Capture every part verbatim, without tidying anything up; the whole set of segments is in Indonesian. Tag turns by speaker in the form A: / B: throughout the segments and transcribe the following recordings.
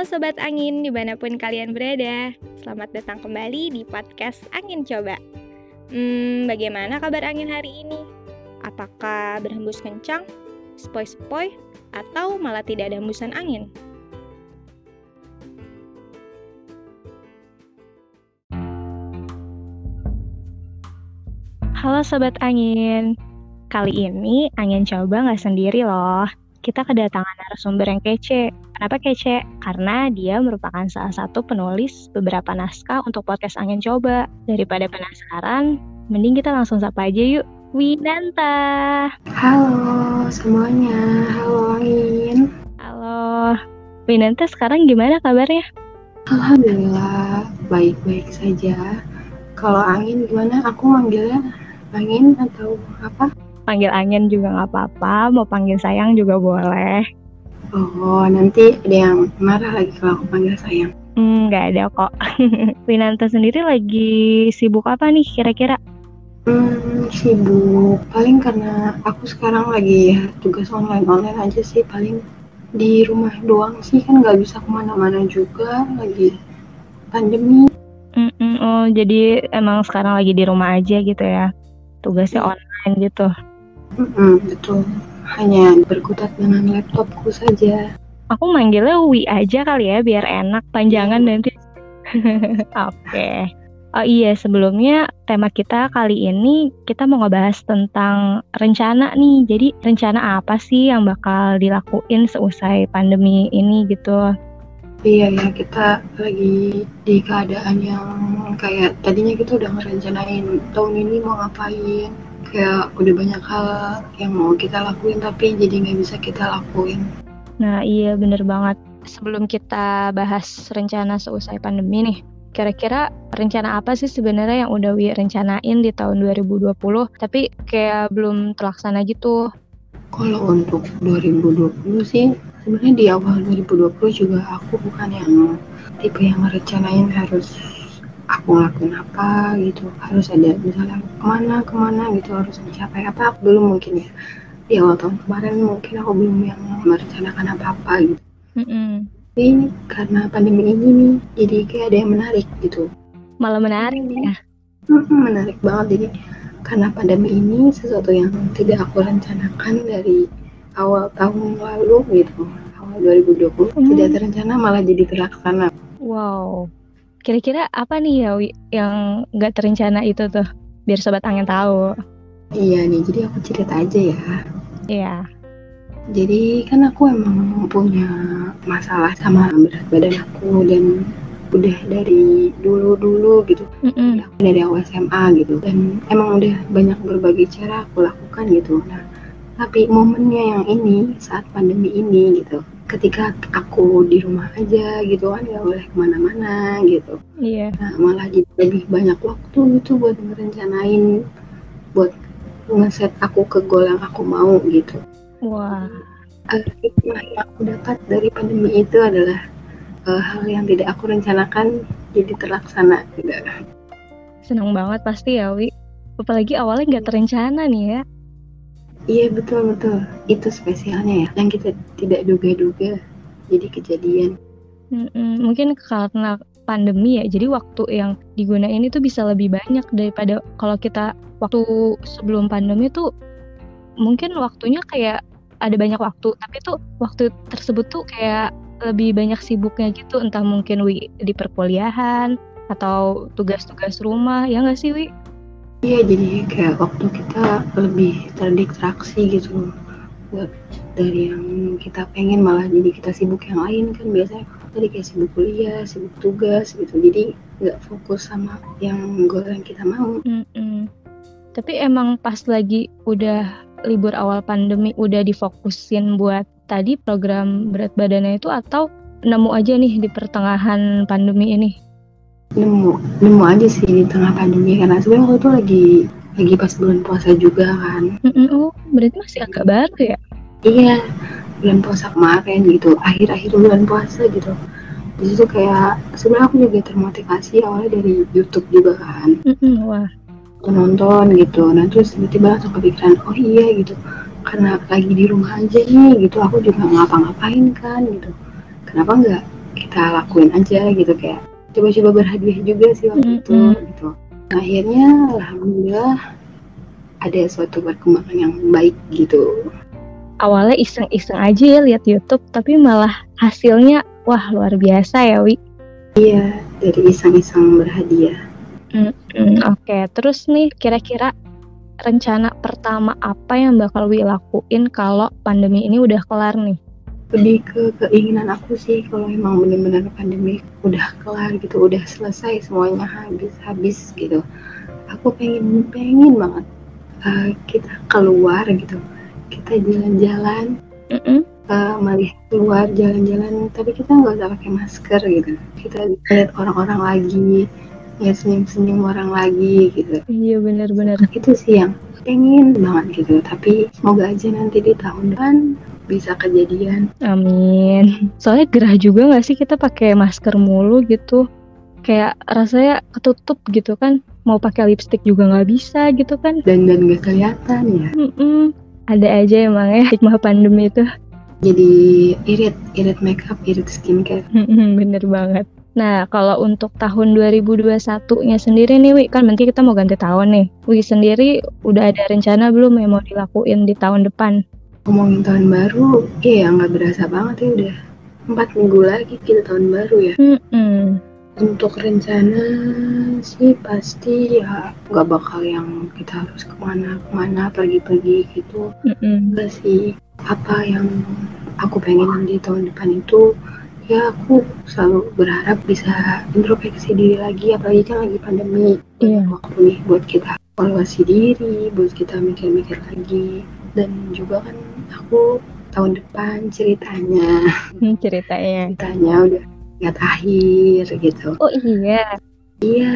A: Halo Sobat Angin, dimanapun kalian berada. Selamat datang kembali di podcast Angin Coba. Hmm, bagaimana kabar angin hari ini? Apakah berhembus kencang, sepoi-sepoi, atau malah tidak ada hembusan angin? Halo Sobat Angin, kali ini Angin Coba gak sendiri loh. Kita kedatangan narasumber yang kece. Kenapa kece? Karena dia merupakan salah satu penulis beberapa naskah untuk podcast Angin Coba. Daripada penasaran, mending kita langsung sapa aja yuk. Winanta.
B: Halo semuanya, halo Angin.
A: Halo. Winanta sekarang gimana kabarnya?
B: Alhamdulillah, baik-baik saja. Kalau Angin gimana? Aku manggilnya Angin atau apa?
A: Panggil Angin juga gak apa-apa, mau panggil sayang juga boleh.
B: Oh, nanti ada yang marah lagi kalau aku panggil sayang.
A: Hmm, gak ada kok. Winanta sendiri lagi sibuk apa nih kira-kira?
B: Hmm, sibuk. Paling karena aku sekarang lagi tugas online-online aja sih, paling di rumah doang sih, kan gak bisa kemana-mana juga, lagi pandemi.
A: Mm-mm, oh, jadi emang sekarang lagi di rumah aja gitu ya? Tugasnya
B: Hmm.
A: online gitu?
B: Mm-mm, betul. Hanya berkutat dengan laptopku saja.
A: Aku manggilnya Wi aja kali ya, biar enak, panjangan nanti. Oke. Okay. Oh iya, sebelumnya tema kita kali ini kita mau ngebahas tentang rencana nih. Jadi rencana apa sih yang bakal dilakuin seusai pandemi ini gitu?
B: Iya ya, kita lagi di keadaan yang kayak tadinya kita udah ngerencanain tahun ini mau ngapain. Kayak udah banyak hal yang mau kita lakuin tapi jadi nggak bisa kita lakuin.
A: Nah iya bener banget. Sebelum kita bahas rencana seusai pandemi nih, kira-kira rencana apa sih sebenarnya yang udah Wi rencanain di tahun dua ribu dua puluh tapi kayak belum terlaksana gitu?
B: Kalau untuk dua ribu dua puluh sih, sebenarnya di awal dua ribu dua puluh juga aku bukan yang tipe yang ngerencanain harus aku ngelakuin apa gitu, harus ada misalnya kemana kemana gitu, harus mencapai apa, aku belum mungkin ya. Di awal tahun kemarin mungkin aku belum yang merencanakan apa-apa gitu.
A: Mm-mm.
B: Tapi karena pandemi ini nih, jadi kayak ada yang menarik gitu.
A: Malah menarik ya?
B: Mm-mm, menarik banget. Jadi karena pandemi ini sesuatu yang tidak aku rencanakan dari awal tahun lalu gitu, awal dua ribu dua puluh mm. tidak terencana malah jadi terlaksana.
A: Wow. Kira-kira apa nih ya Wi yang gak terencana itu tuh? Biar Sobat Angin tahu.
B: Iya nih, jadi aku cerita aja ya.
A: Iya.
B: Jadi kan aku emang punya masalah sama berat badan aku, dan udah dari dulu-dulu gitu.
A: Mm-mm.
B: Dari awal S M A gitu. Dan emang udah banyak berbagai cara aku lakukan gitu. Nah, tapi momennya yang ini saat pandemi ini gitu. Ketika aku di rumah aja gitu kan, gak boleh kemana-mana gitu.
A: Iya.
B: Nah, malah jadi lebih banyak waktu gitu buat ngerencanain, buat ngeset aku ke goal yang aku mau gitu.
A: Wah.
B: Hikmah yang aku dapat dari pandemi itu adalah uh, hal yang tidak aku rencanakan jadi terlaksana gitu.
A: Senang banget pasti ya Wi. Apalagi awalnya gak terencana nih ya.
B: Iya betul-betul, itu spesialnya ya, yang kita tidak duga-duga jadi kejadian.
A: Mm-mm. Mungkin karena pandemi ya, jadi waktu yang digunain itu bisa lebih banyak daripada kalau kita waktu sebelum pandemi tuh mungkin waktunya kayak ada banyak waktu, tapi tuh waktu tersebut tuh kayak lebih banyak sibuknya gitu, entah mungkin Wi di perkuliahan atau tugas-tugas rumah, ya nggak sih Wi?
B: Iya, jadi kayak waktu kita lebih terdistraksi gitu buat dari yang kita pengen, malah jadi kita sibuk yang lain kan. Biasanya tadi kayak sibuk kuliah, sibuk tugas gitu, jadi nggak fokus sama yang goal yang kita mau.
A: Mm-mm. Tapi emang pas lagi udah libur awal pandemi udah difokusin buat tadi program berat badannya itu, atau nemu aja nih di pertengahan pandemi ini?
B: Nemu, nemu aja sih di tengah pandemi, karena sebenarnya waktu itu lagi lagi pas bulan puasa juga kan.
A: Mm-mm. Oh, berarti masih agak baru ya?
B: Iya, bulan puasa kemarin gitu, akhir-akhir bulan puasa gitu. Di situ kayak sebenarnya aku juga termotivasi awalnya dari YouTube juga kan.
A: Mm-mm. Wah.
B: Aku nonton gitu, nah terus tiba-tiba langsung kepikiran, oh iya gitu, karena lagi di rumah aja nih gitu, aku juga ngapa-ngapain kan gitu. Kenapa nggak kita lakuin aja gitu, kayak coba-coba berhadiah juga sih waktu itu
A: Mm-mm.
B: gitu. Nah, akhirnya alhamdulillah ada suatu perkembangan yang baik gitu.
A: Awalnya iseng-iseng aja ya lihat YouTube, tapi malah hasilnya wah luar biasa ya Wi.
B: Iya, dari iseng-iseng berhadiah.
A: Mm-mm. Oke, terus nih kira-kira rencana pertama apa yang bakal Wi lakuin kalau pandemi ini udah kelar nih?
B: Lebih ke keinginan aku sih, kalau emang benar-benar pandemi udah kelar gitu, udah selesai semuanya, habis-habis gitu, aku pengen pengen banget uh, kita keluar gitu, kita jalan-jalan,
A: Mm-mm.
B: uh, melihat keluar jalan-jalan, tapi kita nggak usah pakai masker gitu, kita lihat orang-orang lagi, lihat senyum-senyum orang lagi gitu.
A: Iya benar-benar.
B: Itu sih yang pengen banget gitu, tapi semoga aja nanti di tahun depan bisa kejadian.
A: Amin. Soalnya gerah juga nggak sih kita pakai masker mulu gitu. Kayak rasanya ketutup gitu kan. Mau pakai lipstick juga nggak bisa gitu kan.
B: Dan dan gak kelihatan ya.
A: Mm-mm. Ada aja emang ya hikmah pandemi itu.
B: Jadi irit, irit makeup, irit skincare.
A: Bener banget. Nah, kalau untuk tahun dua ribu dua puluh satu-nya sendiri nih, Wi, kan nanti kita mau ganti tahun nih. Wi sendiri udah ada rencana belum yang mau dilakuin di tahun depan?
B: Ngomongin tahun baru, iya nggak berasa banget ya, udah empat minggu lagi kita tahun baru ya.
A: Mm-mm.
B: Untuk rencana sih pasti ya nggak bakal yang kita harus kemana-kemana, pergi-pergi gitu.
A: Mm-mm.
B: Enggak sih, apa yang aku pengen di tahun depan itu, ya aku selalu berharap bisa introspeksi diri lagi, apalagi kan lagi pandemi.
A: Iya.
B: Waktu nih buat kita evaluasi diri, buat kita mikir-mikir lagi. Dan juga kan aku tahun depan ceritanya
A: Hmm, ceritanya.
B: ceritanya udah ingat akhir gitu.
A: Oh iya.
B: Iya,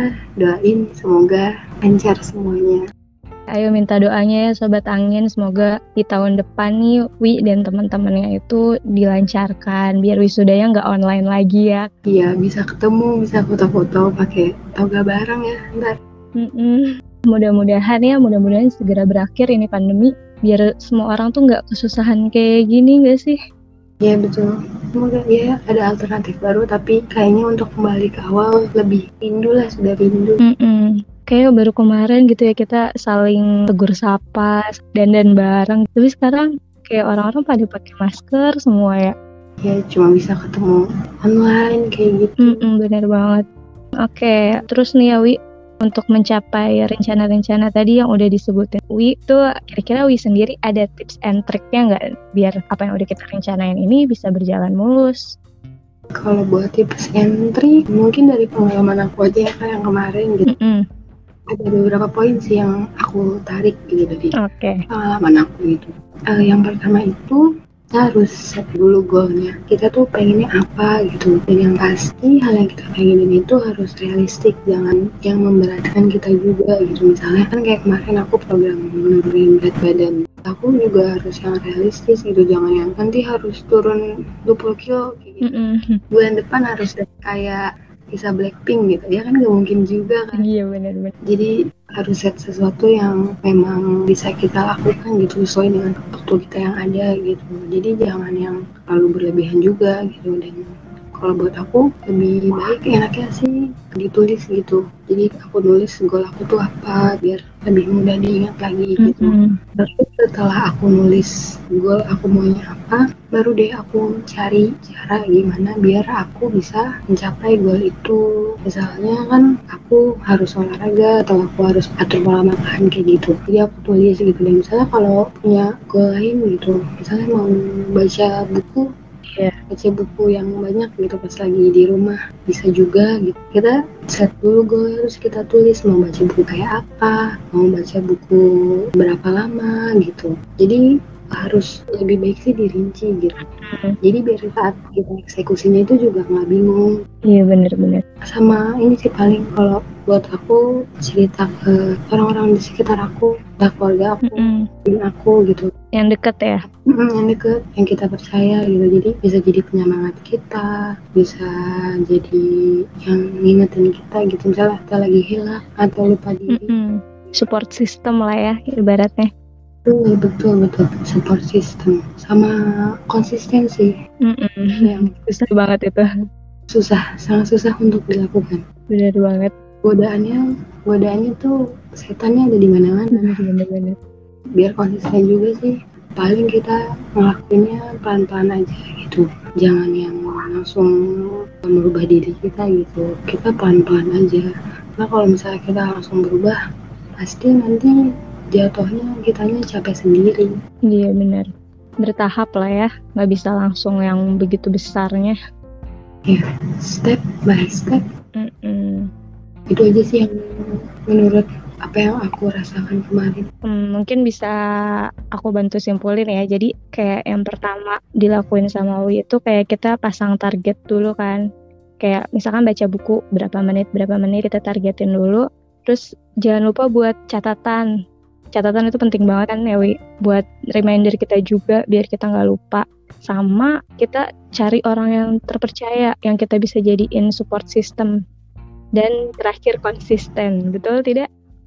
B: doain semoga lancar semuanya.
A: Ayo minta doanya ya Sobat Angin, semoga di tahun depan nih Wi dan teman-temannya itu dilancarkan biar wisudanya nggak online lagi ya.
B: Iya, bisa ketemu, bisa foto-foto pakai toga bareng ya ntar.
A: Mm-mm. Mudah-mudahan ya, mudah-mudahan segera berakhir ini pandemi biar semua orang tuh nggak kesusahan kayak gini nggak sih?
B: Iya betul. Semoga ya ada alternatif baru, tapi kayaknya untuk kembali ke awal lebih rindu lah, sudah rindu.
A: Mm-mm. Kayak baru kemarin gitu ya kita saling tegur sapa, dandan bareng. Tapi sekarang kayak orang-orang pada pakai masker semua ya.
B: Ya cuma bisa ketemu online kayak gitu.
A: Mm-mm, bener banget. Oke, terus nih ya Wi, untuk mencapai rencana-rencana tadi yang udah disebutin Wi, tuh kira-kira Wi sendiri ada tips and triknya nggak biar apa yang udah kita rencanain ini bisa berjalan mulus?
B: Kalau buat tips and trik, mungkin dari pengalaman aku aja ya, kayak yang kemarin gitu.
A: Mm-mm.
B: Ada beberapa poin sih yang aku tarik gitu dari
A: Oke.
B: pengalaman aku itu. Uh, yang pertama itu kita harus set dulu goalnya. Kita tuh pengennya apa gitu. Dan yang pasti hal yang kita pengenin itu harus realistik, jangan yang memberatkan kita juga gitu. Misalnya kan kayak kemarin aku program menurunin berat badan. Aku juga harus yang realistis gitu, jangan yang nanti harus turun dua puluh kilo kayak gitu.
A: Mm-mm.
B: Bulan depan harus kayak bisa Blackpink gitu, ya kan nggak mungkin juga kan.
A: Iya benar-benar.
B: Jadi harus set sesuatu yang memang bisa kita lakukan gitu, sesuai dengan waktu kita yang ada gitu. Jadi jangan yang terlalu berlebihan juga gitu. Dan kalau buat aku lebih baik enaknya sih ditulis gitu. Jadi aku nulis goal aku tuh apa biar lebih mudah diingat lagi gitu.
A: Mm-mm.
B: Terus setelah aku nulis goal aku maunya apa, baru deh aku cari cara gimana biar aku bisa mencapai goal itu. Misalnya kan aku harus olahraga atau aku harus atur pola makan kayak gitu. Jadi aku tulis gitu. Dan misalnya kalau punya goal lain gitu, misalnya mau baca buku, ya baca buku yang banyak gitu pas lagi di rumah bisa juga gitu. Kita set dulu goal, terus kita tulis mau baca buku kayak apa, mau baca buku berapa lama gitu. Jadi harus lebih baik sih dirinci gitu.
A: Hmm.
B: Jadi biar saat kita eksekusinya itu juga nggak bingung.
A: Iya benar-benar.
B: Sama ini sih paling kalau buat aku cerita ke orang-orang di sekitar aku, ke keluarga aku,
A: Mm-mm.
B: dan aku gitu.
A: Yang deket ya.
B: Mm, yang deket, yang kita percaya gitu. Jadi bisa jadi penyemangat kita, bisa jadi yang ngingetin kita gitu. Misalnya kita lagi hilang atau lupa diri.
A: Mm-mm. Support system lah ya ibaratnya.
B: Betul, betul, betul. Support system sama konsistensi
A: Mm-mm.
B: yang
A: Susah banget itu.
B: susah, sangat susah untuk dilakukan.
A: Bener banget.
B: Godaannya, godaannya tuh setannya ada di mana-mana.
A: Bener-bener.
B: Biar konsisten juga sih. Paling kita ngelakuinnya pelan-pelan aja gitu. Jangan yang langsung merubah diri kita gitu. Kita pelan-pelan aja. Nah kalau misalnya kita langsung berubah, pasti nanti jatuhnya kitanya capek sendiri.
A: Iya bener. Bertahap lah ya. Nggak bisa langsung yang begitu besarnya.
B: Ya, step by step.
A: Mm-mm.
B: Itu aja sih yang menurut apa yang aku rasakan kemarin.
A: Hmm, mungkin bisa aku bantu simpulin ya. Jadi kayak yang pertama dilakuin sama Wi itu kayak kita pasang target dulu kan. Kayak misalkan baca buku berapa menit, berapa menit kita targetin dulu. Terus jangan lupa buat catatan. Catatan itu penting banget kan ya Wi. Buat reminder kita juga biar kita nggak lupa. Sama kita cari orang yang terpercaya yang kita bisa jadiin support system. Dan terakhir konsisten, betul tidak?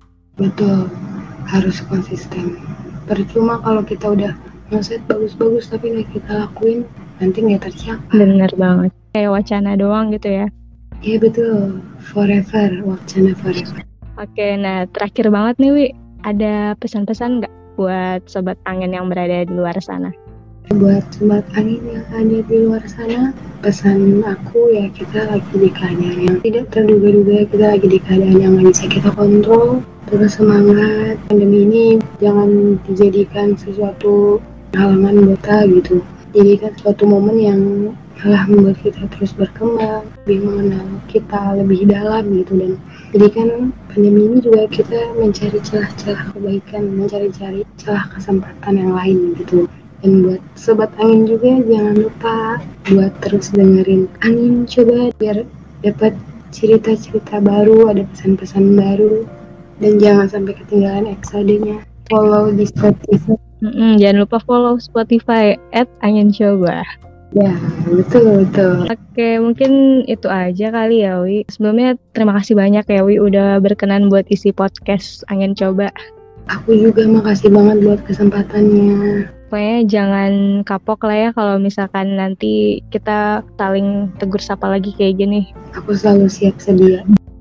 B: Betul, harus konsisten. Percuma kalau kita udah ngeset bagus-bagus tapi nggak kita lakuin, nanti nggak tercapai.
A: Bener banget. Kayak wacana doang gitu ya.
B: Iya betul, forever, wacana forever.
A: Oke, nah terakhir banget nih Wi, ada pesan-pesan nggak buat sobat angin yang berada di luar sana?
B: Buat sobat angin yang ada di luar sana, pesan aku ya kita lagi di keadaan yang tidak terduga-duga, kita lagi di keadaan yang nggak bisa kita kontrol. Terus semangat, pandemi ini jangan dijadikan sesuatu halangan buat kita gitu. Jadikan suatu momen yang malah membuat kita terus berkembang, lebih mengenal kita lebih dalam gitu. Dan jadikan pandemi ini juga kita mencari celah-celah kebaikan, mencari-cari celah kesempatan yang lain gitu. Dan buat sobat angin juga jangan lupa buat terus dengerin Angin Coba biar dapat cerita-cerita baru, ada pesan-pesan baru, dan jangan sampai ketinggalan episodenya. Follow di Spotify.
A: Mm-mm, jangan lupa follow Spotify at Angin Coba.
B: Ya, betul betul.
A: Oke, mungkin itu aja kali ya Wi. Sebelumnya terima kasih banyak ya Wi udah berkenan buat isi podcast Angin Coba.
B: Aku juga makasih banget buat kesempatannya.
A: Pokoknya jangan kapok lah ya kalau misalkan nanti kita saling tegur sapa lagi kayak gini.
B: Aku selalu siap sedia.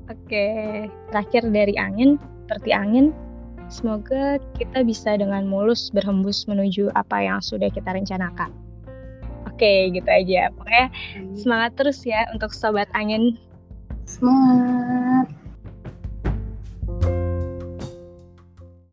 A: Oke, terakhir dari Angin, seperti angin, semoga kita bisa dengan mulus berhembus menuju apa yang sudah kita rencanakan. Oke, gitu aja. Pokoknya semangat terus ya untuk Sobat Angin.
B: Semangat.